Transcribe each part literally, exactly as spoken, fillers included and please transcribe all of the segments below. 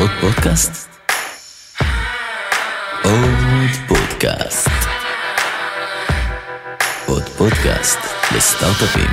עוד פודקאסט? עוד פודקאסט. עוד פודקאסט לסטארט-אפים.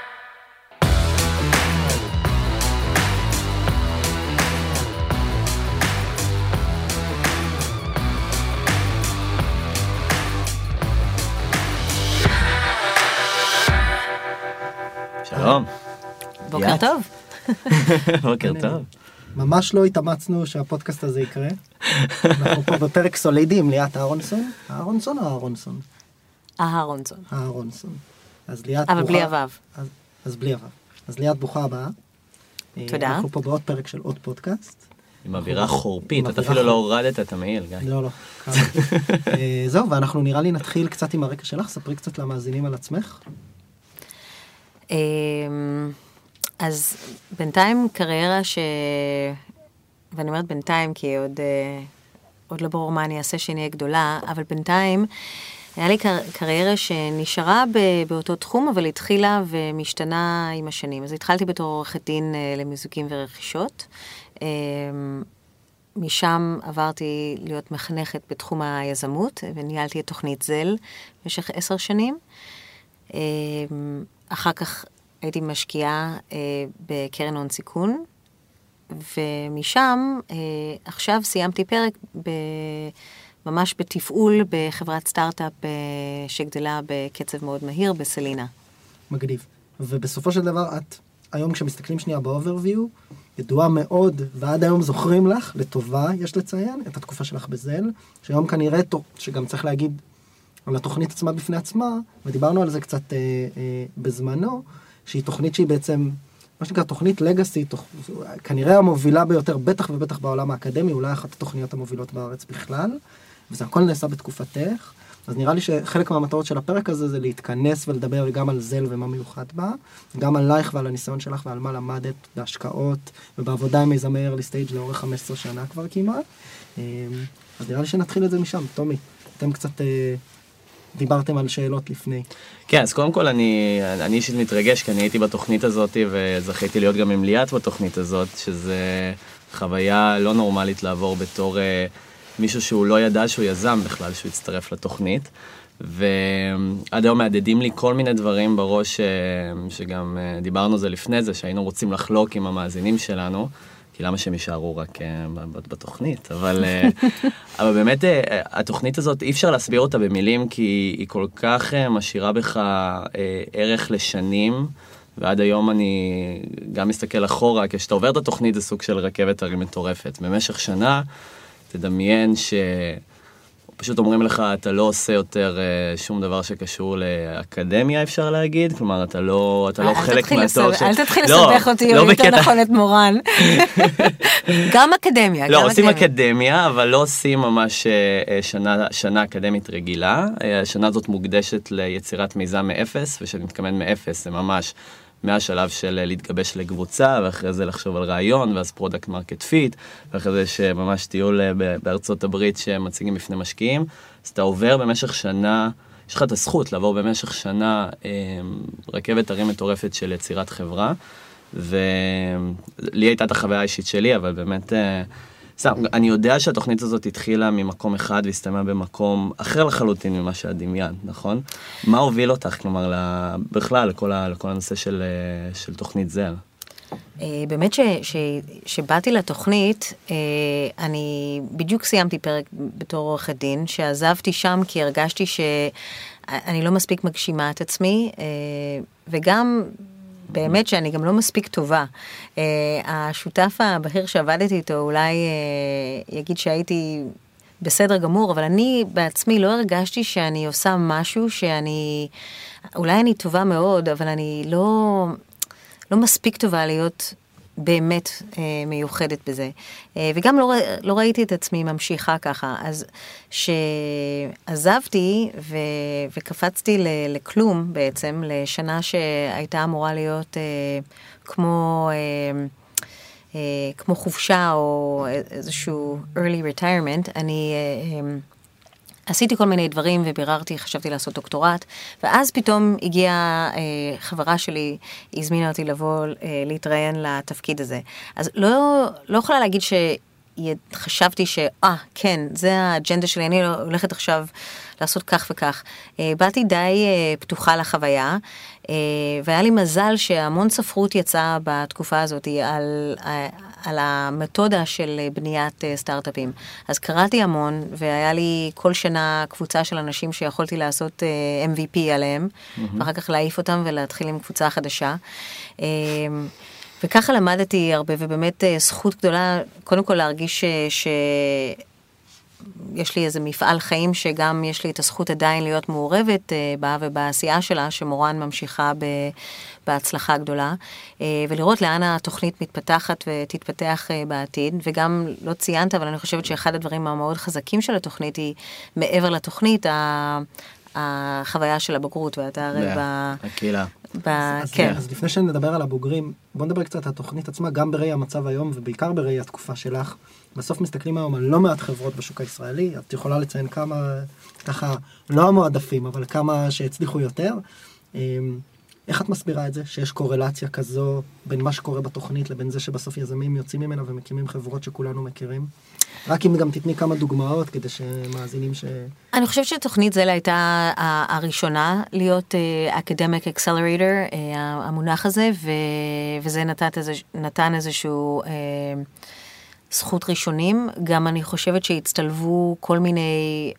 שלום. בוקר טוב. בוקר טוב. ממש לא התאמצנו שהפודקאסט הזה יקרה. אנחנו פה בפרק סולידי עם ליאת אהרונסון. אהרונסון או אהרונסון? אהרונסון. אהרונסון. אז ליאת אבל בלי אבב. אז, אז בלי אבב. אז ליאת, ברוכה הבאה. תודה. אנחנו פה בעוד פרק של עוד פודקאסט. עם אווירה חורפית, אתה אפילו לא הורדת את המעיל, גיא. לא, לא. זהו, ואנחנו נראה לי נתחיל קצת עם הרקע שלך, ספרי קצת למאזינים על עצמך. אז בינתיים קריירה ש... ואני אומרת בינתיים כי עוד, עוד לא ברור מה אני אעשה שנהיה גדולה, אבל בינתיים היה לי קר... קריירה שנשארה ב... באותו תחום, אבל התחילה ומשתנה עם השנים. אז התחלתי בתור עורכת דין למיזוגים ורכישות. משם עברתי להיות מחנכת בתחום היזמות, וניהלתי את תוכנית זל במשך עשר שנים. אחר כך הייתי משקיעה אה, בקרן הון סיכון, ומשם אה, עכשיו סיימתי פרק ב, ממש בתפעול בחברת סטארט-אפ אה, שגדלה בקצב מאוד מהיר בסלינה. מגניב. ובסופו של דבר את, היום כשמסתכלים שנייה באוברוויו, ידועה מאוד, ועד היום זוכרים לך, לטובה יש לציין, את התקופה שלך בזל, שהיום כנראה, שגם צריך להגיד על התוכנית עצמה בפני עצמה, ודיברנו על זה קצת אה, אה, בזמנו, שהיא תוכנית שהיא בעצם, מה שנקרא תוכנית לגאסי, תוכ... כנראה המובילה ביותר, בטח ובטח בעולם האקדמי, אולי אחת התוכניות המובילות בארץ בכלל, וזה הכל נעשה בתקופתך, אז נראה לי שחלק מהמטרות של הפרק הזה זה להתכנס ולדבר גם על זל ומה מיוחד בה, גם עלייך ועל הניסיון שלך ועל מה למדת בהשקעות ובעבודה עם מיזמי early stage לאורך חמש עשרה שנה כבר כמעט. אז נראה לי שנתחיל את זה משם. תומי, אתם קצת... דיברתם על שאלות לפני. כן, אז קודם כל אני, אני אישית מתרגש, כי אני הייתי בתוכנית הזאת, וזכיתי להיות גם עם ליאת בתוכנית הזאת, שזה חוויה לא נורמלית לעבור בתור אה, מישהו שהוא לא ידע שהוא יזם בכלל, שהוא יצטרף לתוכנית. ועד היום מעדדים לי כל מיני דברים בראש, אה, שגם אה, דיברנו זה לפני זה, שהיינו רוצים לחלוק עם המאזינים שלנו, כי למה שהם יישארו רק בתוכנית, אבל, אבל באמת התוכנית הזאת אי אפשר להסביר אותה במילים, כי היא כל כך משאירה בך ערך לשנים, ועד היום אני גם מסתכל אחורה, כשאתה עובר את התוכנית זה סוג של רכבת הרים מטורפת. במשך שנה תדמיין ש... פשוט אומרים לך, אתה לא עושה יותר שום דבר שקשור לאקדמיה, אפשר להגיד. כלומר, אתה לא, אתה לא חלק מהתואר של... אל תתחיל לסבך אותי, או יותר נכון את מורן. גם אקדמיה. לא, עושים אקדמיה, אבל לא עושים ממש שנה אקדמית רגילה. השנה הזאת מוקדשת ליצירת מיזם מאפס, ושאני מתכוון מאפס, זה ממש מהשלב של להתגבש לקבוצה, ואחרי זה לחשוב על רעיון, ואז פרודקט מרקט פיט, ואחרי זה שממש טיול בארצות הברית שמציגים בפני משקיעים. אז אתה עובר במשך שנה, יש לך את הזכות לעבור במשך שנה רכבת הרים מטורפת של יצירת חברה, ולי הייתה את החוויה האישית שלי, אבל באמת... סתם, אני יודע שהתוכנית הזאת התחילה ממקום אחד והסתיימה במקום אחר לחלוטין ממה שהדמיין, נכון? מה הוביל אותך, כלומר, בכלל, לכל, לכל הנושא של, של תוכנית זל? באמת ש, ש, שבאתי לתוכנית, אני בדיוק סיימתי פרק בתור עורכת דין, שעזבתי שם כי הרגשתי שאני לא מספיק מגשימה את עצמי, וגם... באמת שאני גם לא מספיק טובה. Uh, השותף הבכיר שעבדתי איתו אולי uh, יגיד שהייתי בסדר גמור, אבל אני בעצמי לא הרגשתי שאני עושה משהו שאני, אולי אני טובה מאוד, אבל אני לא, לא מספיק טובה להיות באמת uh, מיוחדת בזה. Uh, וגם לא, לא ראיתי את עצמי ממשיכה ככה. אז שעזבתי ו, וקפצתי ל, לכלום בעצם, לשנה שהייתה אמורה להיות uh, כמו, uh, uh, כמו חופשה או איזשהו early retirement, אני... Uh, עשיתי כל מיני דברים וביררתי, חשבתי לעשות דוקטורט, ואז פתאום הגיעה אה, חברה שלי, היא הזמינה אותי לבוא אה, להתראיין לתפקיד הזה. אז לא, לא יכולה להגיד ש... חשבתי ש, אה, כן, זה האג'נדה שלי, אני הולכת עכשיו לעשות כך וכך. באתי די פתוחה לחוויה, והיה לי מזל שהמון ספרות יצאה בתקופה הזאת על, על המתודה של בניית סטארט-אפים. אז קראתי המון, והיה לי כל שנה קבוצה של אנשים שיכולתי לעשות אם וי פי עליהם, mm-hmm. ואחר כך להעיף אותם ולהתחיל עם קבוצה חדשה. וככה למדתי הרבה, ובאמת זכות גדולה, קודם כל להרגיש ש... יש לי איזה מפעל חיים שגם יש לי את הזכות עדיין להיות מעורבת בה ובעשייה שלה, שמורן ממשיכה ב, בהצלחה גדולה, ולראות לאן התוכנית מתפתחת ותתפתח בעתיד, וגם לא ציינת, אבל אני חושבת שאחד הדברים המאוד חזקים של התוכנית היא, מעבר לתוכנית, החוויה של הבוגרות, ואתה הרי ב... הקהילה. ב... אז, כן. אז לפני שנדבר על הבוגרים, בוא נדבר קצת על התוכנית עצמה, גם בראי המצב היום, ובעיקר בראי התקופה שלך. בסוף מסתכלים היום על לא מעט חברות בשוק הישראלי, את יכולה לציין כמה, ככה, לא המועדפים, אבל כמה שהצליחו יותר. איך את מסבירה את זה, שיש קורלציה כזו בין מה שקורה בתוכנית לבין זה שבסוף יזמים יוצאים ממנה ומקימים חברות שכולנו מכירים? רק אם גם תתני כמה דוגמאות כדי שמאזינים ש... אני חושבת שתוכנית זלה הייתה הראשונה להיות Academic Accelerator, המונח הזה, וזה נתן איזשהו זכות ראשונים. גם אני חושבת שהצטלבו כל מיני...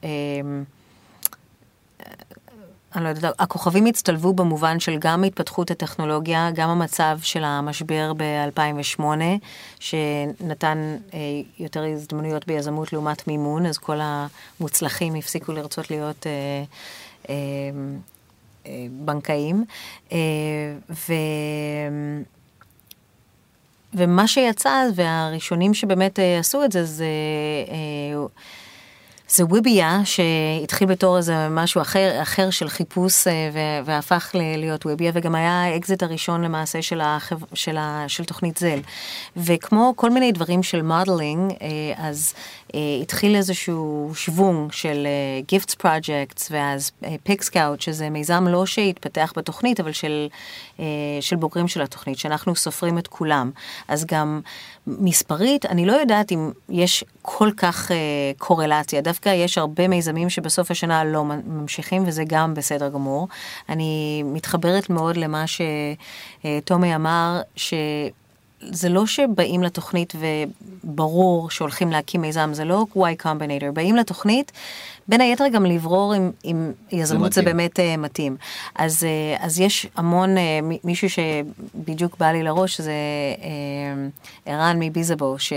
אני לא יודעת, הכוכבים הצטלבו במובן של גם התפתחות הטכנולוגיה, גם המצב של המשבר ב-אלפיים ושמונה, שנתן אה, יותר הזדמנויות ביזמות לעומת מימון, אז כל המוצלחים הפסיקו לרצות להיות אה, אה, אה, בנקאים. אה, ו... ומה שיצא, והראשונים שבאמת אה, עשו את זה, זה... אה, זה וויביה שהתחיל בתור איזה משהו אחר, אחר של חיפוש והפך להיות וויביה, וגם היה האקזיט הראשון למעשה של, החב... של, ה... של תוכנית זל. וכמו כל מיני דברים של מודלינג, אז התחיל איזשהו שוונג של גיפטס פרויקטס, ואז פיק סקאוט, שזה מיזם לא שהתפתח בתוכנית, אבל של, של בוגרים של התוכנית, שאנחנו סופרים את כולם. אז גם מספרית, אני לא יודעת אם יש כל כך קורלציה, דווקא יש הרבה מיזמים שבסוף השנה לא ממשיכים, וזה גם בסדר גמור. אני מתחברת מאוד למה שתומי אמר, שזה לא שבאים לתוכנית וברור שהולכים להקים מיזם, זה לא Y Combinator, באים לתוכנית, בין היתר גם לברור אם, אם יזמות זה, זה באמת uh, מתאים. אז, uh, אז יש המון, uh, מישהו שבדיוק בא לי לראש, זה uh, ערן מביזבו, ש...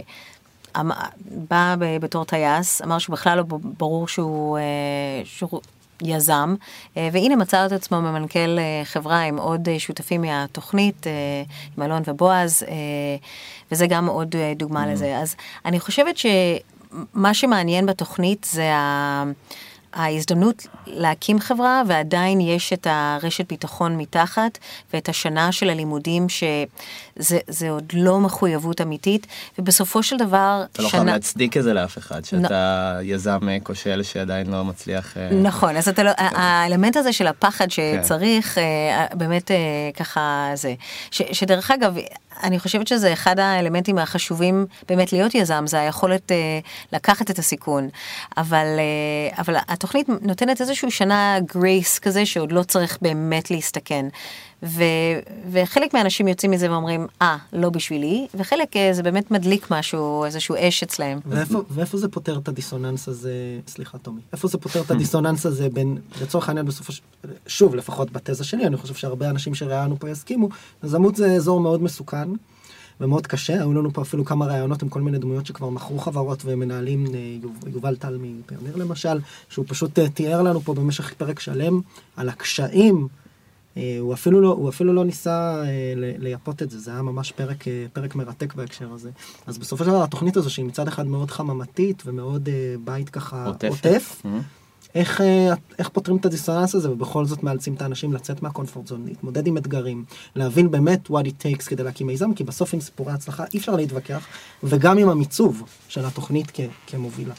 בא בתור טייס, אמר שבכלל לא ברור שהוא, שהוא יזם, והנה מצא את עצמו ממנכ"ל חברה עם עוד שותפים מהתוכנית, עם אלון ובועז, וזה גם עוד דוגמה לזה. אז אני חושבת שמה שמעניין בתוכנית זה ה... ההזדמנות להקים חברה, ועדיין יש את הרשת ביטחון מתחת, ואת השנה של הלימודים, שזה זה עוד לא מחויבות אמיתית, ובסופו של דבר... אתה לא חייב להצדיק את זה לאף אחד, שאתה יזם כושל שעדיין לא מצליח... נכון, אז אתה לא, האלמנט הזה של הפחד שצריך, באמת ככה זה. שדרך אגב, אני חושבת שזה אחד האלמנטים החשובים באמת להיות יזם, זה היכולת לקחת את הסיכון, אבל, אבל התוכנית נותנת איזושהי שנה גרייס כזה, שעוד לא צריך באמת להסתכן. ו, וחלק מהאנשים יוצאים מזה ואומרים, אה, לא בשבילי, וחלק זה באמת מדליק משהו, איזשהו אש אצלהם. ואיפה, ואיפה זה פותר את הדיסוננס הזה, סליחה תומי, איפה זה פותר את הדיסוננס הזה בין, לצורך העניין בסופו, שוב, לפחות בתזה שלי, אני חושב שהרבה אנשים שראיינו פה יסכימו, יזמות זה אזור מאוד מסוכן, ומאוד קשה, היו לנו פה אפילו כמה רעיונות עם כל מיני דמויות שכבר מכרו חברות ומנהלים, יובל טל מפיוניר למשל, שהוא פשוט תיאר לנו פה במשך פרק שלם על הקשיים, הוא אפילו לא, הוא אפילו לא ניסה לייפות את זה, זה היה ממש פרק, פרק מרתק בהקשר הזה. אז בסופו של דבר התוכנית הזו שהיא מצד אחד מאוד חממתית ומאוד בית ככה עוטף, איך, איך פותרים את הדיסוננס הזה, ובכל זאת מאלצים את האנשים לצאת מהקונפורט זון, להתמודד עם אתגרים, להבין באמת what it takes כדי להקים מיזם, כי בסוף עם סיפורי הצלחה אי אפשר להתווכח, וגם עם המיצוב של התוכנית כ, כמובילה.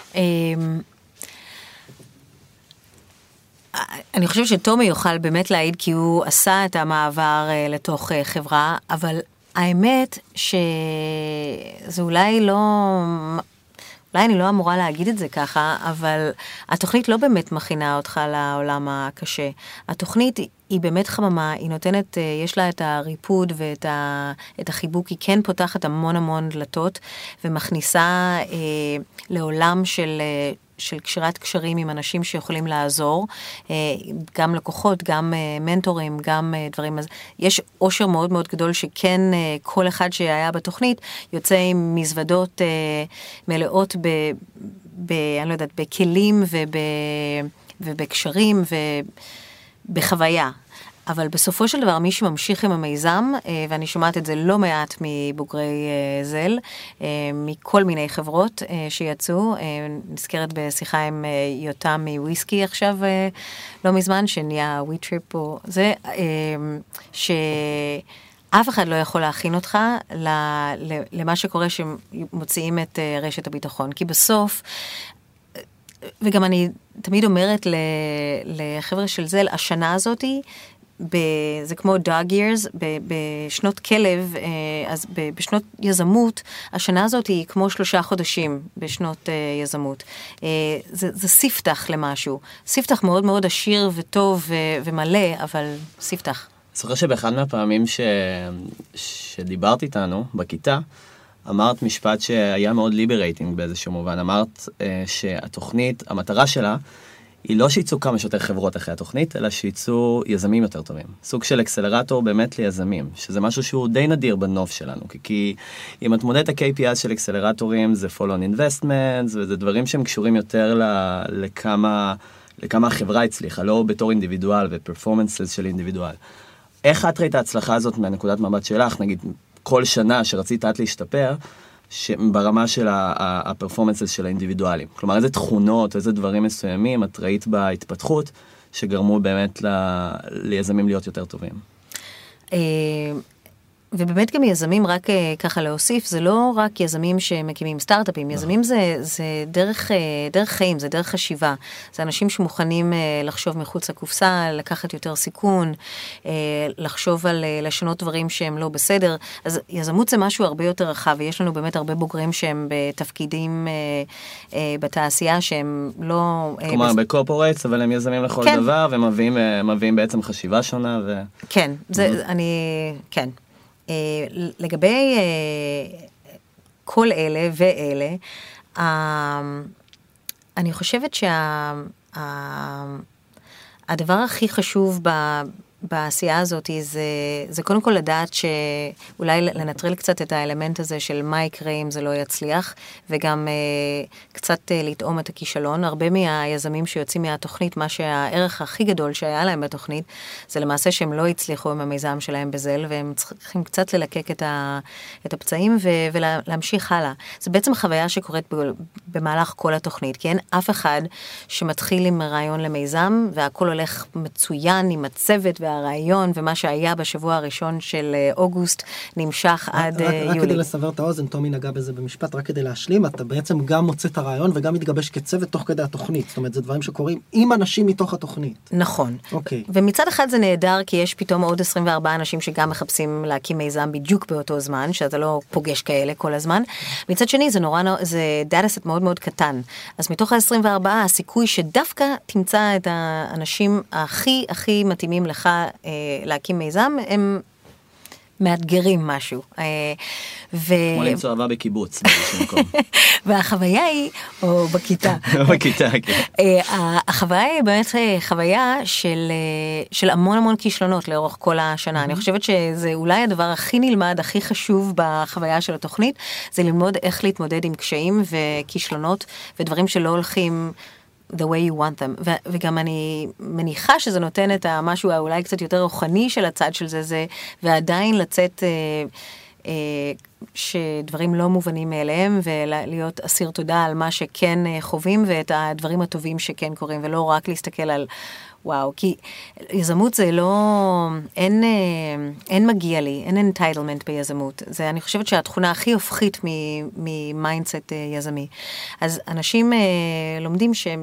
אני חושבת שתומי יוכל באמת להעיד, כי הוא עשה את המעבר לתוך חברה, אבל האמת שזה אולי לא, אולי אני לא אמורה להגיד את זה ככה, אבל התוכנית לא באמת מכינה אותך לעולם הקשה. התוכנית היא באמת חממה, היא נותנת, יש לה את הריפוד ואת ה, את החיבוק, היא כן פותחת המון המון דלתות, ומכניסה אה, לעולם של... של קשרת קשרים עם אנשים שיכולים לעזור, גם לקוחות, גם מנטורים, גם דברים. אז יש עושר מאוד מאוד גדול שכן כל אחד שהיה בתוכנית יוצא עם מזוודות מלאות ב, ב, אני לא יודעת, בכלים וב, ובקשרים ובחוויה. אבל בסופו של דבר, מי שממשיך עם המיזם, ואני שומעת את זה לא מעט מבוגרי זל, מכל מיני חברות שיצאו, נזכרת בשיחה עם יותם מוויסקי עכשיו, לא מזמן, שנהיה וויטריפ או זה, שאף אחד לא יכול להכין אותך למה שקורה שמוציאים את רשת הביטחון, כי בסוף, וגם אני תמיד אומרת לחבר'ה של זל, השנה הזאת היא, ב, זה כמו dog years, ב, בשנות כלב, אז ב, בשנות יזמות, השנה הזאת היא כמו שלושה חודשים בשנות יזמות. זה, זה ספתח למשהו. ספתח מאוד מאוד עשיר וטוב ו, ומלא, אבל ספתח. זוכר שבאחד מהפעמים ש... שדיברת איתנו בכיתה, אמרת משפט שהיה מאוד ליברייטינג באיזשהו מובן. אמרת שהתוכנית, המטרה שלה, היא לא שיצאו כמה שיותר חברות אחרי התוכנית, אלא שיצאו יזמים יותר טובים. סוג של אקסלרטור באמת ליזמים, שזה משהו שהוא די נדיר בנוף שלנו, כי אם את מודדת ה-K P I של אקסלרטורים, זה follow-on investments, וזה דברים שהם קשורים יותר לכמה, לכמה החברה הצליחה, לא בתור אינדיבידואל ופרפורמנסס של אינדיבידואל. איך את ראית ההצלחה הזאת מהנקודת מבט שלך, נגיד כל שנה שרצית את להשתפר, ברמה של הפרפורמנסס של האינדיבידואלים. כלומר, איזה תכונות, איזה דברים מסוימים את ראית בהתפתחות, שגרמו באמת ליזמים להיות יותר טובים. ובאמת גם יזמים, רק ככה להוסיף, זה לא רק יזמים שמקימים סטארט-אפים, יזמים זה, זה דרך, דרך חיים, זה דרך חשיבה. זה אנשים שמוכנים לחשוב מחוץ לקופסה, לקחת יותר סיכון, לחשוב על לשנות דברים שהם לא בסדר. אז יזמות זה משהו הרבה יותר רחב, ויש לנו באמת הרבה בוגרים שהם בתפקידים בתעשייה שהם לא... כלומר, בקורפורטס, אבל הם יזמים לכל כן. דבר, ומביאים בעצם חשיבה שונה. ו... כן, זה, אני... כן. לגבי כל אלה ואלה, אני חושבת שהדבר הכי חשוב בעשייה הזאת זה, זה קודם כל לדעת שאולי לנטרל קצת את האלמנט הזה של מה יקרה אם זה לא יצליח, וגם קצת לטעום את הכישלון. הרבה מהיזמים שיוצאים מהתוכנית, מה שהערך הכי גדול שהיה להם בתוכנית, זה למעשה שהם לא הצליחו עם המיזם שלהם בזל, והם צריכים קצת ללקק את, ה, את הפצעים ו, ולהמשיך הלאה. זה בעצם חוויה שקורית במהלך כל התוכנית, כי אין אף אחד שמתחיל עם רעיון למיזם, והכל הולך מצוין עם הצוות והרעיון, ומה שהיה בשבוע הראשון של אוגוסט נמשך עד רק, יולי. רק כדי לסבר את האוזן, תומי נגע בזה במשפט, רק כדי להשלים, אתה בעצם גם מוצא את הרעיון וגם מתגבש כצוות תוך כדי התוכנית. זאת אומרת, זה דברים שקורים עם אנשים מתוך התוכנית. נכון. אוקיי. ומצד אחד זה נהדר, כי יש פתאום עוד עשרים וארבעה אנשים שגם מחפשים להקים מיזם בדיוק באותו זמן, שאתה לא פוגש כאלה כל הזמן. מצד שני, זה נורא, זה דאטאסט מאוד מאוד קטן. אז מתוך ה-עשרים וארבעה, הסיכוי שדווקא תמצא את האנשים הכי הכי מתאימים לך להקים מיזם, הם מאתגרים משהו. כמו למצוא אהבה בקיבוץ, באיזשהו מקום. והחוויה היא, או בכיתה. בכיתה, כן. החוויה היא באמת חוויה של, של המון המון כישלונות לאורך כל השנה. אני חושבת שזה אולי הדבר הכי נלמד, הכי חשוב בחוויה של התוכנית, זה ללמוד איך להתמודד עם קשיים וכישלונות, ודברים שלא הולכים the way you want them. ו- וגם אני מניחה שזה נותן את המשהו האולי קצת יותר רוחני של הצד של זה, זה ועדיין לצאת, אה, אה, שדברים לא מובנים מאליהם, ולהיות אסיר תודה על מה שכן חווים, ואת הדברים הטובים שכן קורים, ולא רק להסתכל על וואו, כי יזמות זה לא, אין, אין מגיע לי, אין entitlement ביזמות. זה, אני חושבת שהתכונה הכי הופכית ממיינדסט יזמי. אז אנשים לומדים שהם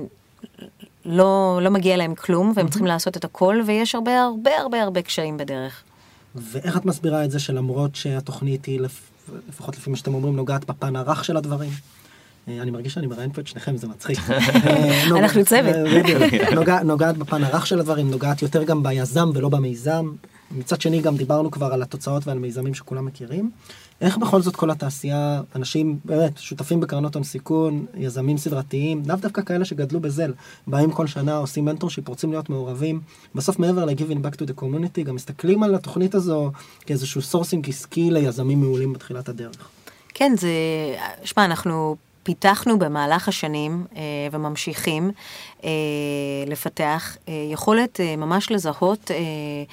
לא, לא מגיע להם כלום, והם צריכים לעשות את הכל, ויש הרבה, הרבה, הרבה, הרבה קשיים בדרך. ואיך את מסבירה את זה שלמרות שהתוכנית היא, לפחות לפי מה שאתם אומרים, נוגעת בפן הרך של הדברים? אני מרגיש שאני מראיין פה את שניכם, זה מצחיק. אנחנו צוות. נוגעת בפן הרך של הדברים, נוגעת יותר גם ביזם ולא במיזם. מצד שני גם דיברנו כבר על התוצאות ועל מיזמים שכולם מכירים. איך בכל זאת כל התעשייה, אנשים באמת שותפים בקרנות הון סיכון, יזמים סדרתיים, לאו דווקא כאלה שגדלו בזל, באים כל שנה, עושים מנטורשיפ, רוצים להיות מעורבים, בסוף מעבר ל-giving back to the community, גם מסתכלים על התוכנית הזו כאיזשהו סורסינג עסקי ליזמים מעולים בתחילת הדרך. כן, זה, שמה, אנחנו פיתחנו במהלך השנים אה, וממשיכים אה, לפתח אה, יכולת אה, ממש לזהות אה,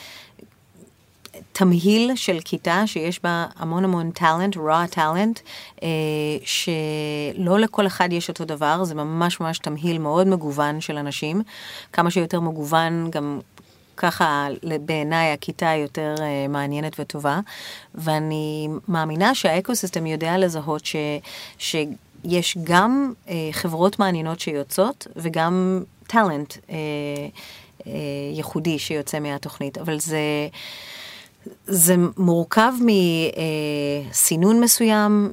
תמהיל של כיתה שיש בה המון המון טלנט, raw טלנט, אה, שלא לכל אחד יש אותו דבר, זה ממש ממש תמהיל מאוד מגוון של אנשים, כמה שיותר מגוון גם ככה בעיניי הכיתה יותר אה, מעניינת וטובה, ואני מאמינה שהאקוסיסטם יודע לזהות ש... ש יש גם אה, חברות מעניינות שיוצאות, וגם טלנט אה, אה, ייחודי שיוצא מהתוכנית. אבל זה, זה מורכב מסינון מסוים,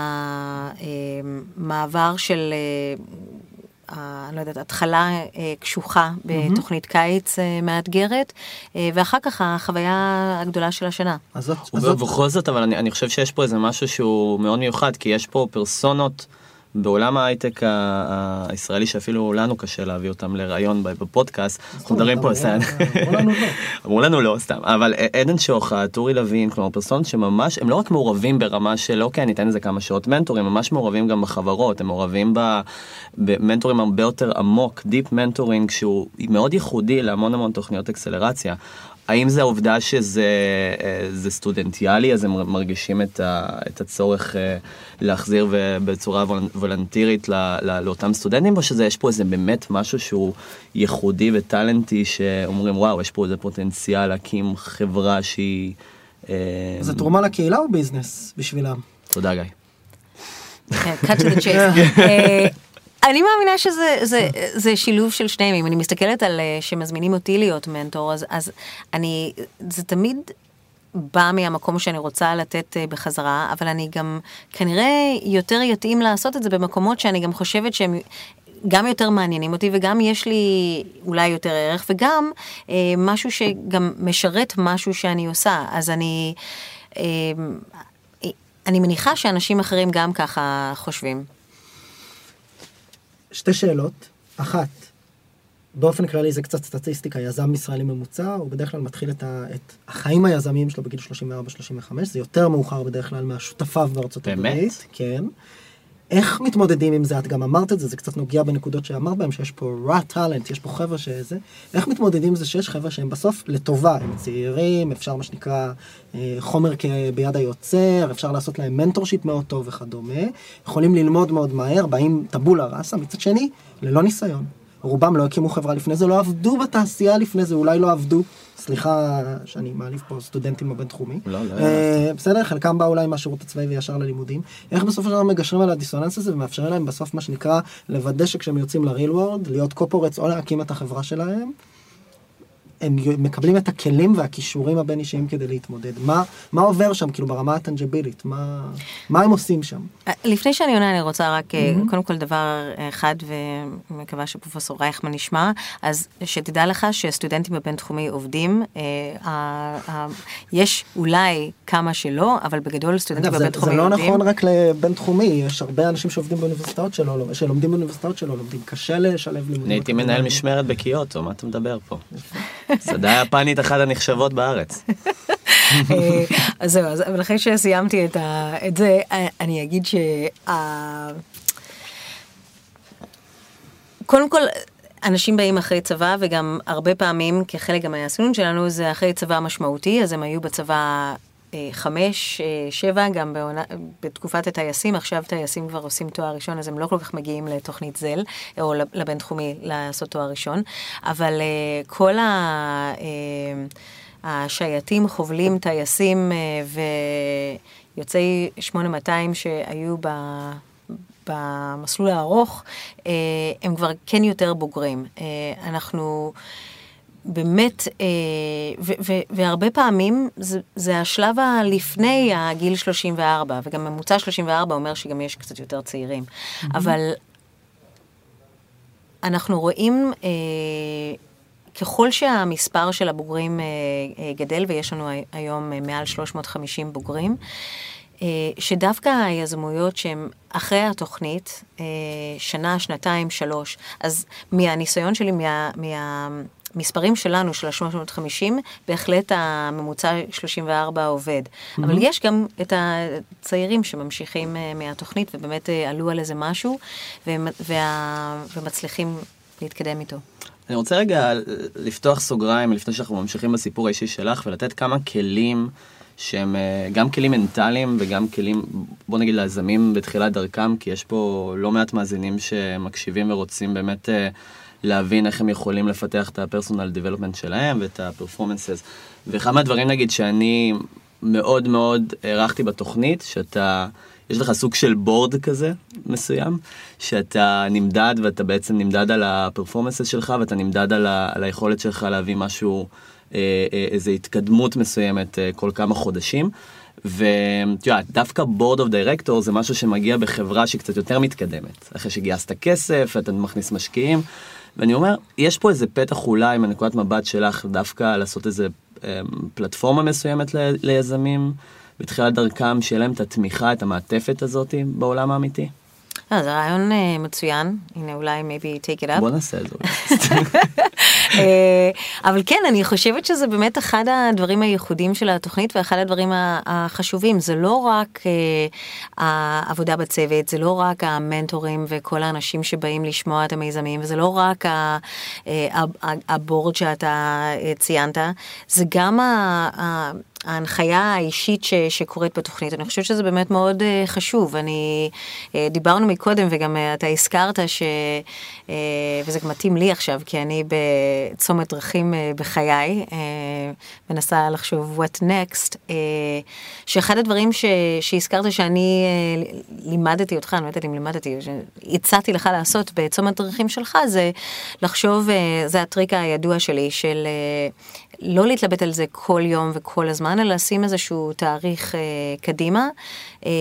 מהמעבר של, אה, אני לא יודעת, התחלה אה, קשוחה בתוכנית קיץ אה, מאתגרת, אה, ואחר כך החוויה הגדולה של השנה. אז זאת, אז זאת... ובכל זאת, אבל אני, אני חושב שיש פה איזה משהו שהוא מאוד מיוחד, כי יש פה פרסונות, בעולם ההייטק הישראלי שאפילו לנו קשה להביא אותם לרעיון בפודקאסט, אנחנו מדברים פה, אמרו לנו לא סתם, אבל עדן שוחט, טורי לוין, כלומר פרסונות שממש, הם לא רק מעורבים ברמה של אוקיי, ניתן לזה כמה שעות מנטורים, הם ממש מעורבים גם בחברות, הם מעורבים במנטורים הרבה יותר עמוק, דיפ מנטורינג, שהוא מאוד ייחודי להמון המון תוכניות אקסלרציה. האם זה העובדה שזה זה סטודנטיאלי, אז הם מרגישים את, ה, את הצורך להחזיר בצורה וולנטירית לא, לא, לאותם סטודנטים, או שזה יש פה איזה באמת משהו שהוא ייחודי וטלנטי, שאומרים וואו, יש פה איזה פוטנציאל להקים חברה שהיא... זה תרומה לקהילה או ביזנס בשבילם? תודה גיא. cut to the chase. אני מאמינה שזה זה, זה שילוב של שניהם. אם אני מסתכלת על שמזמינים אותי להיות מנטור, אז, אז אני, זה תמיד בא מהמקום שאני רוצה לתת בחזרה, אבל אני גם כנראה יותר יתאים לעשות את זה במקומות שאני גם חושבת שהם גם יותר מעניינים אותי, וגם יש לי אולי יותר ערך, וגם אה, משהו שגם משרת משהו שאני עושה. אז אני, אה, אני מניחה שאנשים אחרים גם ככה חושבים. שתי שאלות. אחת, באופן כללי זה קצת סטטיסטיקה, יזם ישראלי ממוצע, הוא בדרך כלל מתחיל את, ה, את החיים היזמיים שלו בגיל שלושים וארבע שלושים וחמש, זה יותר מאוחר בדרך כלל מהשותפיו בארצות הברית. באמת? כן. איך מתמודדים עם זה? את גם אמרת את זה, זה קצת נוגע בנקודות שאמרת בהם, שיש פה raw talent, יש פה חבר'ה שזה. איך מתמודדים עם זה שיש חבר'ה שהם בסוף לטובה, הם צעירים, אפשר מה שנקרא חומר ביד היוצר, אפשר לעשות להם מנטורשיפ מאוד טוב וכדומה, יכולים ללמוד מאוד מהר, באים טבולה ראסה, מצד שני, ללא ניסיון. רובם לא הקימו חברה לפני זה, לא עבדו בתעשייה לפני זה, אולי לא עבדו. סליחה שאני מעליב פה סטודנטים בבינתחומי. לא, לא. בסדר, חלקם באו אולי מהשירות הצבאי וישר ללימודים. איך בסופו של דבר מגשרים על הדיסוננס הזה ומאפשרים להם בסוף מה שנקרא לוודא שכשהם יוצאים לריל וורד, להיות קופורטס או להקים את החברה שלהם, הם מקבלים את הכלים והכישורים הבין אישיים כדי להתמודד. מה, מה עובר שם, כאילו ברמה הטנג'בילית? מה, מה הם עושים שם? לפני שאני עונה, אני רוצה רק, mm-hmm. קודם כל דבר אחד, ומקווה שפרופסור רייכמן נשמע, אז שתדע לך שסטודנטים בבינתחומי עובדים, אה, אה, יש אולי כמה שלא, אבל בגדול סטודנטים בבינתחומי עובדים. זה לא נכון רק לבינתחומי, יש הרבה אנשים שעובדים באוניברסיטאות שלו, שלומדים באוניברסיטאות שלו, לומדים קשה לשלב לימודים. הייתי מנהל משמרת בקיוטו, מה אתה מדבר פה? זה די הפנית אחת הנחשבות בארץ. אז זהו, אבל אחרי שסיימתי את זה, אני אגיד ש... קודם כל, אנשים באים אחרי צבא, וגם הרבה פעמים, כחלק גם מהסינון שלנו, זה אחרי צבא משמעותי, אז הם היו בצבא חמש, שבע, גם בתקופת הטייסים, עכשיו טייסים כבר עושים תואר ראשון, אז הם לא כל כך מגיעים לתוכנית זל, או לבינתחומי לעשות תואר ראשון, אבל כל השייטים, חובלים, טייסים ויוצאי שמונה מאתיים שהיו ב... במסלול הארוך, הם כבר כן יותר בוגרים. אנחנו באמת, ו- ו- והרבה פעמים זה, זה השלב הלפני הגיל שלושים וארבע, וגם ממוצע שלושים וארבע אומר שגם יש קצת יותר צעירים. Mm-hmm. אבל אנחנו רואים, ככל שהמספר של הבוגרים גדל, ויש לנו היום מעל שלוש מאות וחמישים בוגרים, שדווקא היזמויות שהן אחרי התוכנית, שנה, שנתיים, שלוש, אז מהניסיון שלי, מה... מה מספרים שלנו, של ה-שלוש מאות וחמישים, בהחלט הממוצע שלושים וארבע עובד. Mm-hmm. אבל יש גם את הצעירים שממשיכים מהתוכנית, ובאמת עלו על איזה משהו, וה... ומצליחים להתקדם איתו. אני רוצה רגע לפתוח סוגריים, לפני שאנחנו ממשיכים בסיפור האישי שלך, ולתת כמה כלים שהם גם כלים מנטליים, וגם כלים, בוא נגיד, ליזמים בתחילת דרכם, כי יש פה לא מעט מאזינים שמקשיבים ורוצים באמת להבין איך הם יכולים לפתח את ה-personal development שלהם ואת ה-performances. ואחד מהדברים, נגיד, שאני מאוד מאוד הערכתי בתוכנית, שאתה, יש לך סוג של בורד כזה מסוים, שאתה נמדד, ואתה בעצם נמדד על ה-performances שלך, ואתה נמדד על, ה- על היכולת שלך להביא משהו, איזו התקדמות מסוימת כל כמה חודשים. ותראה, דווקא board of director זה משהו שמגיע בחברה שהיא קצת יותר מתקדמת. אחרי שגייסת כסף, אתה מכניס משקיעים, ואני אומר, יש פה איזה פתח אולי מנקודת מבט שלך דווקא לעשות איזה פלטפורמה מסוימת ל- ליזמים, בתחילת דרכם, שיהיה להם את התמיכה, את המעטפת הזאת בעולם האמיתי. אה, זה רעיון מצוין. הנה, אולי maybe take it up. בוא נעשה את זה. אבל כן, אני חושבת שזה באמת אחד הדברים הייחודיים של התוכנית, ואחד הדברים החשובים. זה לא רק העבודה בצוות, זה לא רק המנטורים וכל האנשים שבאים לשמוע את המיזמים, וזה לא רק הבורד שאתה ציינת, זה גם ה... ההנחיה האישית ש, שקורית בתוכנית. אני חושבת שזה באמת מאוד uh, חשוב. אני, uh, דיברנו מקודם, וגם uh, אתה הזכרת ש... Uh, וזה גם מתאים לי עכשיו, כי אני בצומת דרכים uh, בחיי, uh, מנסה לחשוב what next, uh, שאחד הדברים ש, שהזכרת שאני uh, לימדתי אותך, אני לא יודעת אם לימדתי, שהצעתי לך לעשות בצומת דרכים שלך, זה לחשוב, uh, זה הטריק הידוע שלי, של... Uh, לא להתלבט על זה כל יום וכל הזמן, אלא לשים איזשהו תאריך אה, קדימה, אה,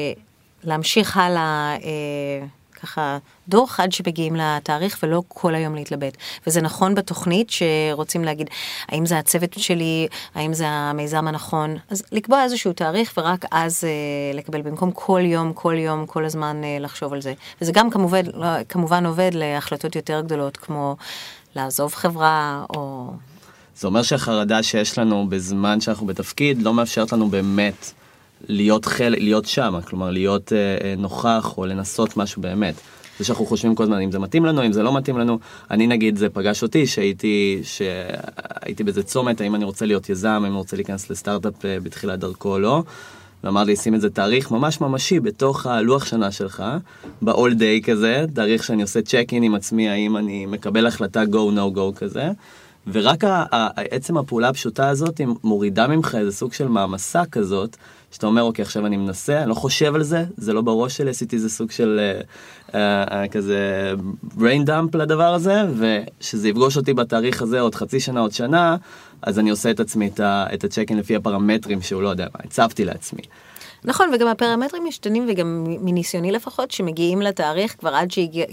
להמשיך הלאה, אה, ככה, דוח עד שמגיעים לתאריך, ולא כל היום להתלבט. וזה נכון בתוכנית שרוצים להגיד, האם זה הצוות שלי, האם זה המיזם הנכון, אז לקבוע איזשהו תאריך, ורק אז אה, לקבל, במקום כל יום, כל יום, כל הזמן אה, לחשוב על זה. וזה גם כמובן, כמובן עובד להחלטות יותר גדולות, כמו לעזוב חברה, או... זה אומר שהחרדה שיש לנו בזמן שאנחנו בתפקיד לא מאפשרת לנו באמת להיות חלק, להיות שם, כלומר להיות אה, נוכח או לנסות משהו באמת. זה שאנחנו חושבים כל הזמן אם זה מתאים לנו, אם זה לא מתאים לנו. אני נגיד, זה פגש אותי שהייתי, שהייתי בזה צומת, האם אני רוצה להיות יזם, האם אני רוצה להיכנס לסטארט-אפ אה, בתחילת דרכו או לא. ואמר לי, שים את זה תאריך ממש ממשי בתוך הלוח שנה שלך, ב-all day כזה, תאריך שאני עושה צ'ק-אין עם עצמי, האם אני מקבל החלטה go no go כזה. ורק עצם הפעולה הפשוטה הזאת היא מורידה ממך איזה סוג של מעמסה כזאת, שאתה אומר, אוקיי, עכשיו אני מנסה, אני לא חושב על זה, זה לא בראש שלי, עשיתי איזה סוג של אה, אה, כזה brain dump לדבר הזה, ושזה יפגוש אותי בתאריך הזה עוד חצי שנה, עוד שנה, אז אני עושה את עצמי את הצ'קין לפי הפרמטרים שהוא לא יודע מה, הצבתי לעצמי. נכון, וגם הפרמטרים משתנים, וגם מניסיוני לפחות, שמגיעים לתאריך, כבר עד, שהגיע,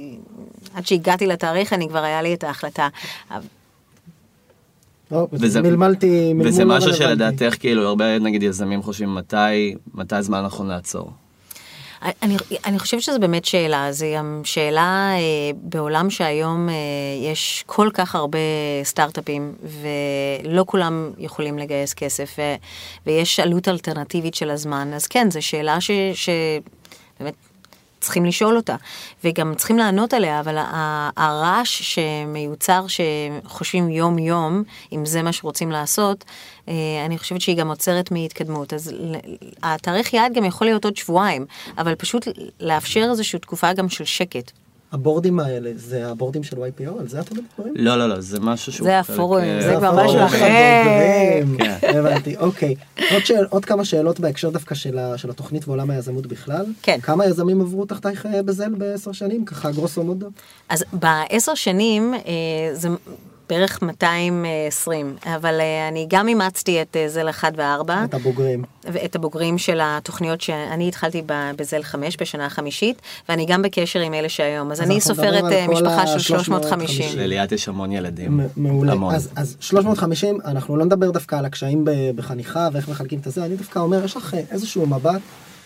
עד שהגעתי לתאריך, אני כבר היה לי את ההחלטה. וזה מלמלתי, וזה משהו שלדעתך, כאילו, הרבה נגיד יזמים חושבים מתי, מתי הזמן נכון לעצור. אני, אני חושבת שזו באמת שאלה, זו גם שאלה אה, בעולם שהיום אה, יש כל כך הרבה סטארט-אפים, ולא כולם יכולים לגייס כסף, ו, ויש עלות אלטרנטיבית של הזמן, אז כן, זו שאלה ש, שבאמת צריכים לשאול אותה, וגם צריכים לענות עליה, אבל הרעש שמיוצר, שחושבים יום-יום, אם זה מה שרוצים לעשות, אני חושבת שהיא גם עוצרת מהתקדמות. אז התאריך יעד גם יכול להיות עוד שבועיים, אבל פשוט לאפשר איזושהי תקופה גם של שקט. הבורדים האלה, זה הבורדים של וואי פי או? על זה אתם מדברים? לא, לא, לא, זה משהו שהוא... זה הפורום, זה כבר משהו אחר. הבנתי, אוקיי. עוד כמה שאלות בהקשר דווקא של התוכנית ועולם היזמות בכלל. כן. כמה יזמים עברו תחתייך בזל בעשר שנים? ככה גרוסו מודו? אז בעשר שנים, זה... בערך מאתיים ועשרים, אבל אני גם אימצתי את זל אחד וארבע. את הבוגרים. ואת הבוגרים של התוכניות שאני התחלתי בזל חמש בשנה החמישית, ואני גם בקשר עם אלה שהיום. אז אני סופרת משפחה של שלוש מאות וחמישים. לליאת יש המון ילדים. מעולה. אז שלוש מאות וחמישים, אנחנו לא נדבר דווקא על הקשיים בחניכה ואיך מחלקים את זה, אני דווקא אומר, יש לך איזשהו מבט,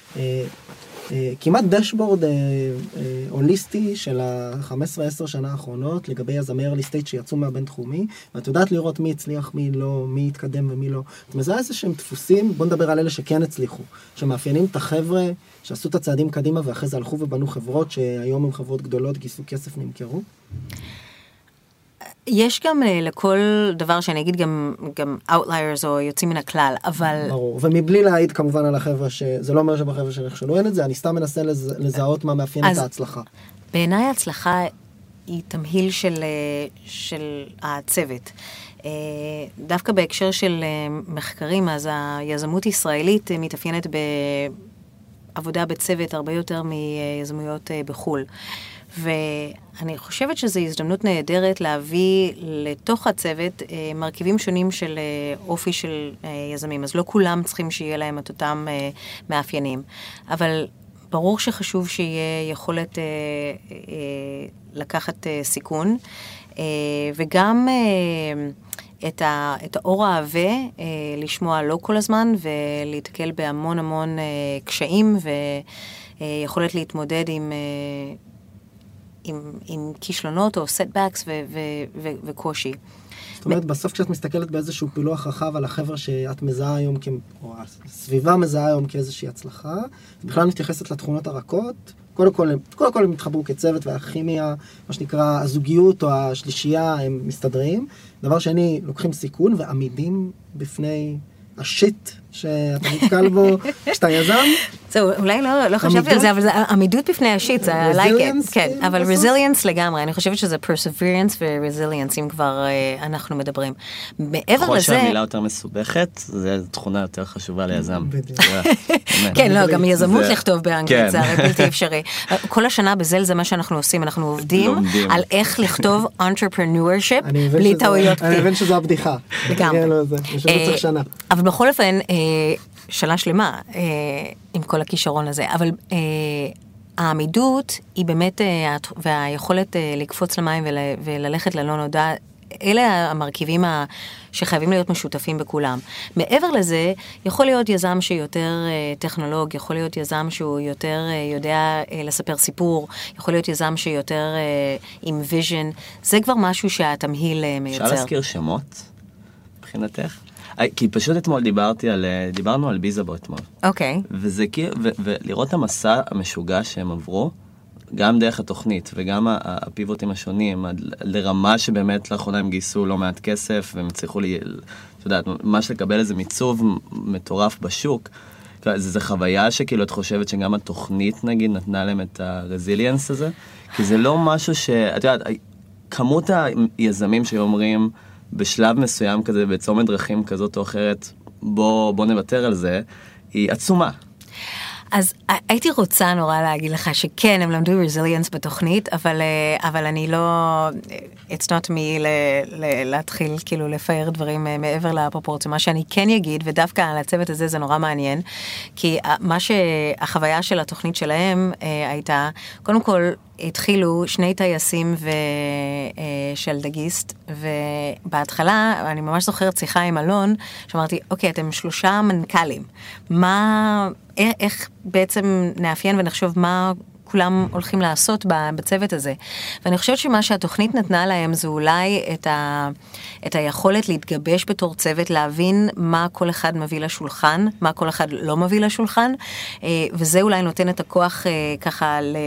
כמעט דשבורד הוליסטי של ה-חמש עשרה עשר שנה האחרונות לגבי יזמי early stage שיצאו מהבינתחומי, ואת יודעת לראות מי הצליח, מי לא, מי התקדם ומי לא. את מזהה איזה שהם דפוסים, בוא נדבר על אלה שכן הצליחו, שמאפיינים את החבר'ה שעשו את הצעדים קדימה ואחרי זה הלכו ובנו חברות שהיום הם חברות גדולות, גייסו כסף, נמכרו. יש גם לכל דבר שאני אגיד גם, גם outliers או יוצאים מן הכלל, אבל... ברור, ומבלי להעיד כמובן על החבר'ה שזה לא אומר שבחבר'ה שנכשלו אין את זה, אני סתם מנסה לז... לזהות מה מאפיין את ההצלחה. בעיניי ההצלחה היא תמהיל של, של הצוות. דווקא בהקשר של מחקרים, אז היזמות ישראלית מתאפיינת בעבודה בצוות הרבה יותר מיזמויות בחול. ואני חושבת שזו הזדמנות נהדרת להביא לתוך הצוות מרכיבים שונים של אופי של יזמים. אז לא כולם צריכים שיהיה להם את אותם מאפיינים. אבל ברור שחשוב שיהיה יכולת לקחת סיכון, וגם את, ה, את האור העווה, לשמוע לא כל הזמן, ולהתקל בהמון המון קשיים, ויכולת להתמודד עם... עם, עם כישלונות או setbacks ו- ו- ו- וקושי. זאת אומרת, בסוף כשאת מסתכלת באיזשהו פילוח רחב על החבר'ה שאת מזהה היום, או הסביבה מזהה היום כאיזושהי הצלחה, בכלל מתייחסת לתכונות הרכות, קודם כל, קודם כל הם מתחברו כצוות והכימיה, מה שנקרא הזוגיות או השלישייה, הם מסתדרים. דבר שני, לוקחים סיכון ועמידים בפני השיט שאתה נתקל בו, שאתה יזם. זהו, אולי לא, לא חשבתי על זה, אבל זה עמידות בפני השיט, זה I like it. כן, אבל resilience לגמרי, אני חושבת שזה perseverance ו-resilience, אם כבר אנחנו מדברים. מעבר לזה... ככל שהמילה יותר מסובכת, זו תכונה יותר חשובה ליזם. כן, לא, גם יזמות לכתוב באנגלית, זה הרי בלתי אפשרי. כל השנה בזל זה מה שאנחנו עושים, אנחנו עובדים על איך לכתוב entrepreneurship בלי טעויות. אני מבין שזו הבדיחה. לגמרי. אבל בכל אופן, שנה שלמה, עם כל הכישרון הזה, אבל העמידות היא באמת, והיכולת לקפוץ למים וללכת ללא נודע, אלה המרכיבים שחייבים להיות משותפים בכולם. מעבר לזה, יכול להיות יזם שיותר טכנולוג, יכול להיות יזם שהוא יותר יודע לספר סיפור, יכול להיות יזם שיותר עם ויז'ן, זה כבר משהו שהתמהיל מייצר. אפשר להזכיר שמות, מבחינתך? כי פשוט אתמול דיברתי על, דיברנו על ביזאבו אתמול. אוקיי. וזה כאילו, ולראות את המסע המשוגע שהם עברו, גם דרך התוכנית וגם הפיבוטים השונים, לרמה שבאמת לאחרונה הם גייסו לא מעט כסף, והם הצליחו, אתה יודעת, ממש לקבל איזה מיצוב מטורף בשוק. זו חוויה שכאילו את חושבת שגם התוכנית, נגיד, נתנה להם את הרזיליאנס הזה, כי זה לא משהו ש... את יודעת, כמות היזמים שאומרים, בשלב מסוים כזה, בצומת דרכים כזאת או אחרת, בוא, בוא נוותר על זה, היא עצומה. אז הייתי רוצה נורא להגיד לך שכן, הם למדו resilience בתוכנית, אבל, אבל אני לא, it's not me ל, ל, להתחיל כאילו לפאר דברים מעבר לפרופורציה. מה שאני כן אגיד, ודווקא על הצוות הזה זה נורא מעניין, כי מה שהחוויה של התוכנית שלהם הייתה, קודם כל, התחילו שני טייסים של דגיסט, ובהתחלה, אני ממש זוכרת שיחה עם אלון, שאמרתי, אוקיי, אתם שלושה מנכ"לים, מה, איך בעצם נאפיין ונחשוב מה כולם הולכים לעשות בצוות הזה. ואני חושבת שמה שהתוכנית נתנה להם, זה אולי את, ה, את היכולת להתגבש בתור צוות, להבין מה כל אחד מביא לשולחן, מה כל אחד לא מביא לשולחן, וזה אולי נותן את הכוח ככה ל...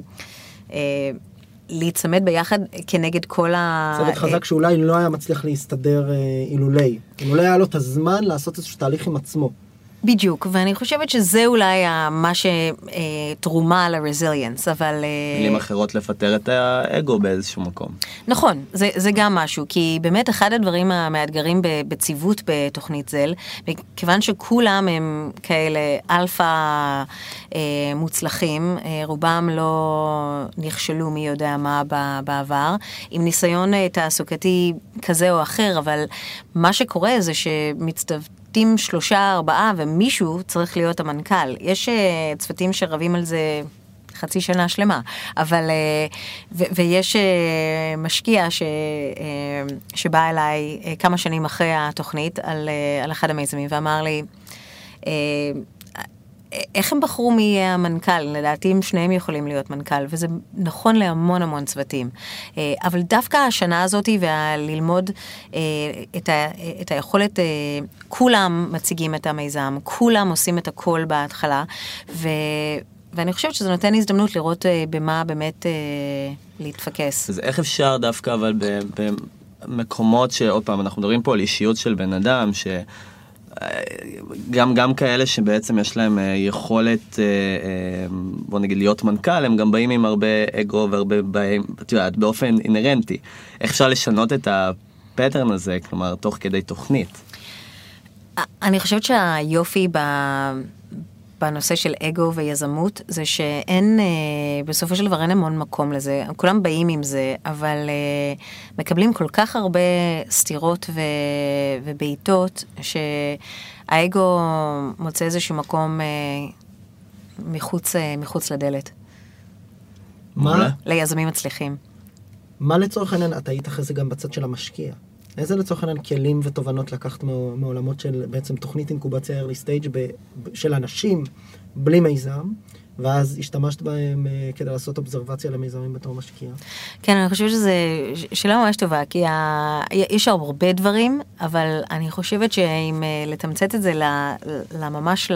להצמד ביחד כנגד כל ה... צוות חזק שאולי לא היה מצליח להסתדר אילולי. אילולי היה לו את הזמן לעשות איזשהו תהליך עם עצמו. בדיוק, ואני חושבת שזה אולי מה שתרומה לרזיליאנס, אבל... מילים אחרות לפטר את האגו באיזשהו מקום. נכון, זה, זה גם משהו, כי באמת אחד הדברים המאתגרים בציוות בתוכנית זל, מכיוון שכולם הם כאלה אלפא מוצלחים, רובם לא נכשלו מי יודע מה בעבר, עם ניסיון תעסוקתי כזה או אחר, אבל מה שקורה זה שמצטוות, צוותים שלושה, ארבעה, ומישהו צריך להיות המנכ"ל. יש uh, צוותים שרבים על זה חצי שנה שלמה, אבל, uh, ו- ויש uh, משקיע ש- uh, שבא אליי uh, כמה שנים אחרי התוכנית על, uh, על אחד המיזמים, ואמר לי, uh, איך הם בחרו מי יהיה המנכ"ל? לדעתי הם שניהם יכולים להיות מנכ"ל, וזה נכון להמון המון צוותים. אבל דווקא השנה הזאת, וללמוד את, ה, את היכולת, כולם מציגים את המיזם, כולם עושים את הכל בהתחלה, ו, ואני חושבת שזה נותן הזדמנות לראות במה באמת להתפקס. אז איך אפשר דווקא, אבל במקומות שעוד פעם, אנחנו מדברים פה על אישיות של בן אדם, ש... גם, גם כאלה שבעצם יש להם יכולת, בוא נגיד, להיות מנכ"ל, הם גם באים עם הרבה אגו והרבה באים, את יודעת, באופן אינרנטי. איך אפשר לשנות את הפטרן הזה, כלומר, תוך כדי תוכנית? אני חושבת שהיופי ב... בנושא של אגו ויזמות, זה שאין, בסופו של דבר אין המון מקום לזה. כולם באים עם זה, אבל מקבלים כל כך הרבה סתירות ו, ובעיטות, שהאגו מוצא איזשהו מקום מחוץ, מחוץ לדלת. מה? ליזמים מצליחים. מה לצורך העניין, אתה היית אחרי זה גם בצד של המשקיע. איזה לצורך העניין כלים ותובנות לקחת מעולמות של בעצם תוכנית אינקובציה early stage ב, של אנשים בלי מיזם, ואז השתמשת בהם כדי לעשות אובזרבציה למיזמים בתור משקיע? כן, אני חושבת שזו שאלה ממש טובה, כי ה... יש הרבה דברים, אבל אני חושבת שאם לתמצת את זה לממש ל...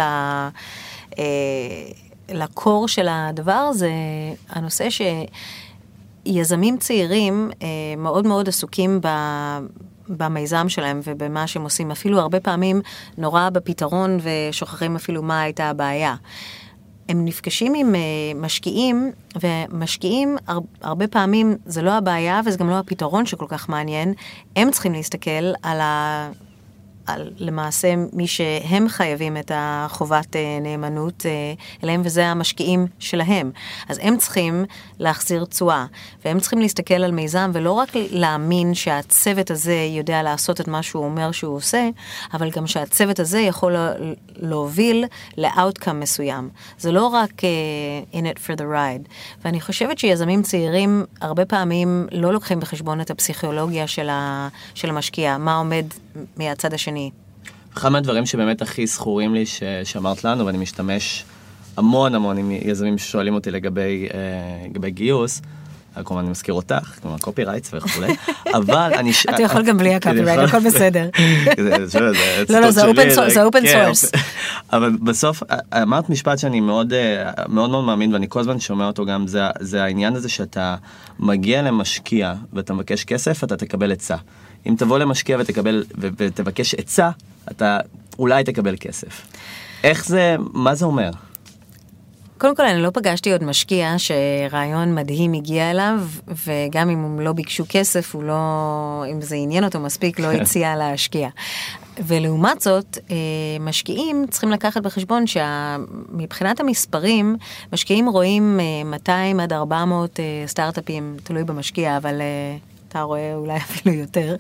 לקור של הדבר, זה הנושא ש... יזמים צעירים מאוד מאוד עסוקים ב... במיזם שלהם ובמה שהם עושים, אפילו הרבה פעמים נורא בפתרון ושוכחים אפילו מה הייתה הבעיה. הם נפגשים עם משקיעים, ומשקיעים הרבה פעמים זה לא הבעיה וזה גם לא הפתרון שכל כך מעניין, הם צריכים להסתכל על ה... על למעשה מי שהם חייבים את החובת נאמנות אליהם, וזה המשקיעים שלהם. אז הם צריכים להחזיר תשואה, והם צריכים להסתכל על מיזם, ולא רק להאמין שהצוות הזה יודע לעשות את מה שהוא אומר שהוא עושה, אבל גם שהצוות הזה יכול להוביל ל-outcome מסוים. זה לא רק uh, in it for the ride. ואני חושבת שיזמים צעירים הרבה פעמים לא לוקחים בחשבון את הפסיכולוגיה של, ה, של המשקיע, מה עומד מהצד השני. אחד מהדברים שבאמת הכי זכורים לי ש... שאמרת לנו, ואני משתמש המון המון עם יזמים ששואלים אותי לגבי, אה, לגבי גיוס, כלומר אני מזכיר אותך, כלומר קופי רייטס וכו', אבל אני... אתה יכול גם בלי הקופי רייט, הכל בסדר. לא, לא, זה אופן סורס. אבל בסוף, אמרת משפט שאני מאוד מאוד מאמין, ואני כל הזמן שומע אותו גם, זה העניין הזה שאתה מגיע למשקיע, ואתה מבקש כסף, אתה תקבל עצה. אם תבוא למשקיע ותקבל, ותבקש עצה, אתה אולי תקבל כסף. איך זה, מה זה אומר? קודם כל, אני לא פגשתי עוד משקיע שרעיון מדהים הגיע אליו, וגם אם הם לא ביקשו כסף, הוא לא, אם זה עניין אותו מספיק, לא הציע להשקיע. ולעומת זאת, משקיעים צריכים לקחת בחשבון שמבחינת המספרים, משקיעים רואים מאתיים עד ארבע מאות סטארט-אפים, תלוי במשקיע, אבל אתה רואה אולי אפילו יותר,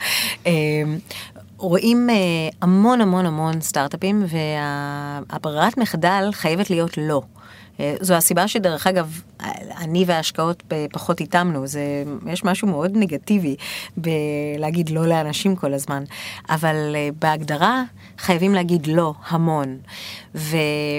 רואים המון המון המון סטארט-אפים, והברירת מחדל חייבת להיות לא. זו הסיבה שדרך אגב, אני וההשקעות פחות התאמנו, זה, יש משהו מאוד נגטיבי בלהגיד לא לאנשים כל הזמן, אבל בהגדרה חייבים להגיד לא המון. ו...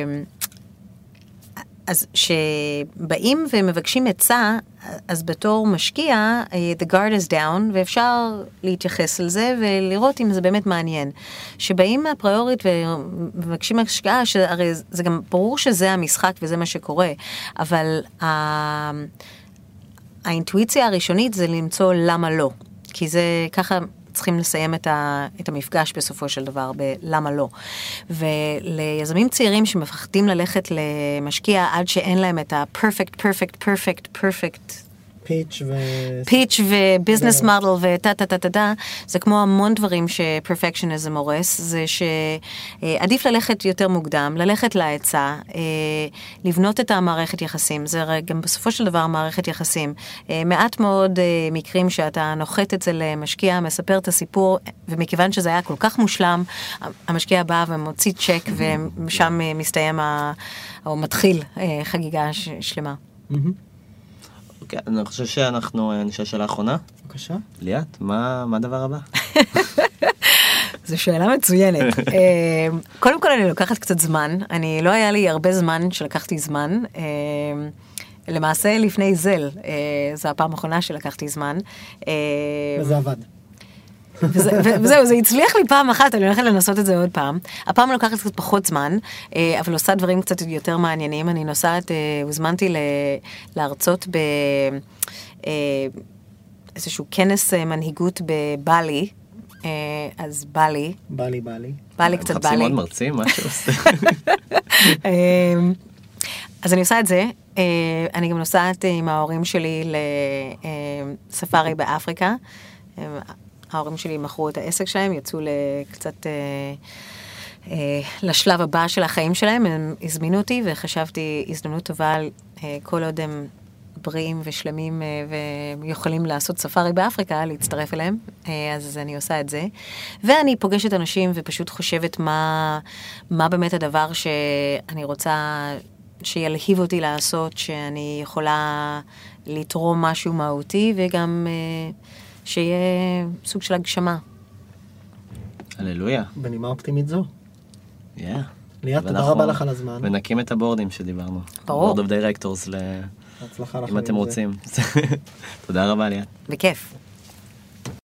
אז שבאים ומבקשים עצה, אז בתור משקיע, the guard is down, ואפשר להתייחס על זה ולראות אם זה באמת מעניין. שבאים מהפריורית ומבקשים השקעה, שהרי זה גם ברור שזה המשחק וזה מה שקורה, אבל האינטואיציה הראשונית זה למצוא למה לא. כי זה ככה צריכים לסיים את, ה, את המפגש בסופו של דבר, בלמה לא. וליזמים צעירים שמפחדים ללכת למשקיע עד שאין להם את ה-perfect, perfect, perfect, perfect, פיץ' ו... פיץ' וביזנס מודל וטה טה טה טה טה, זה כמו המון דברים שפרפקשניזם הורס, זה שעדיף ללכת יותר מוקדם, ללכת להיצע, לבנות את המערכת יחסים, זה גם בסופו של דבר מערכת יחסים. מעט מאוד מקרים שאתה נוחת את זה למשקיע, מספר את הסיפור, ומכיוון שזה היה כל כך מושלם, המשקיע בא ומוציא צ'ק, ושם מסתיים, או מתחיל חגיגה שלמה. אוקיי, אני חושב שאנחנו, אני חושב שאלה האחרונה. בבקשה. ליאת, מה, מה הדבר הבא? זו שאלה מצוינת. קודם כל אני לוקחת קצת זמן, אני לא היה לי הרבה זמן שלקחתי זמן, למעשה לפני זל, זו הפעם האחרונה שלקחתי זמן. וזה עבד. וזהו, זה הצליח לי פעם אחת, אני הולכת לנסות את זה עוד פעם. הפעם אני לוקחת קצת פחות זמן, אבל עושה דברים קצת יותר מעניינים. אני נוסעת, הוזמנתי להרצות באיזשהו כנס מנהיגות בבלי, אז בלי. בלי, בלי. בלי, קצת בלי. מחפשים עוד מרצים, מה שעושה. אז אני עושה את זה, אני גם נוסעת עם ההורים שלי לספארי באפריקה, ההורים שלי מכרו את העסק שלהם, יצאו לקצת, אה, אה, לשלב הבא של החיים שלהם, הם הזמינו אותי וחשבתי הזדמנות טובה, אה, כל עוד הם בריאים ושלמים אה, ויכולים לעשות ספארי באפריקה, להצטרף אליהם, אה, אז אני עושה את זה. ואני פוגשת אנשים ופשוט חושבת מה, מה באמת הדבר שאני רוצה שילהיב אותי לעשות, שאני יכולה לתרום משהו מהותי וגם... אה, שיהיה סוג של הגשמה. הללויה. בנימה אופטימית זו. יאה. ליאת, תודה רבה לך על הזמן. ונקים את הבורדים שדיברנו. ברור. Board of Directors, הצלחה לך. אם אתם רוצים. תודה רבה, ליאת. בכיף.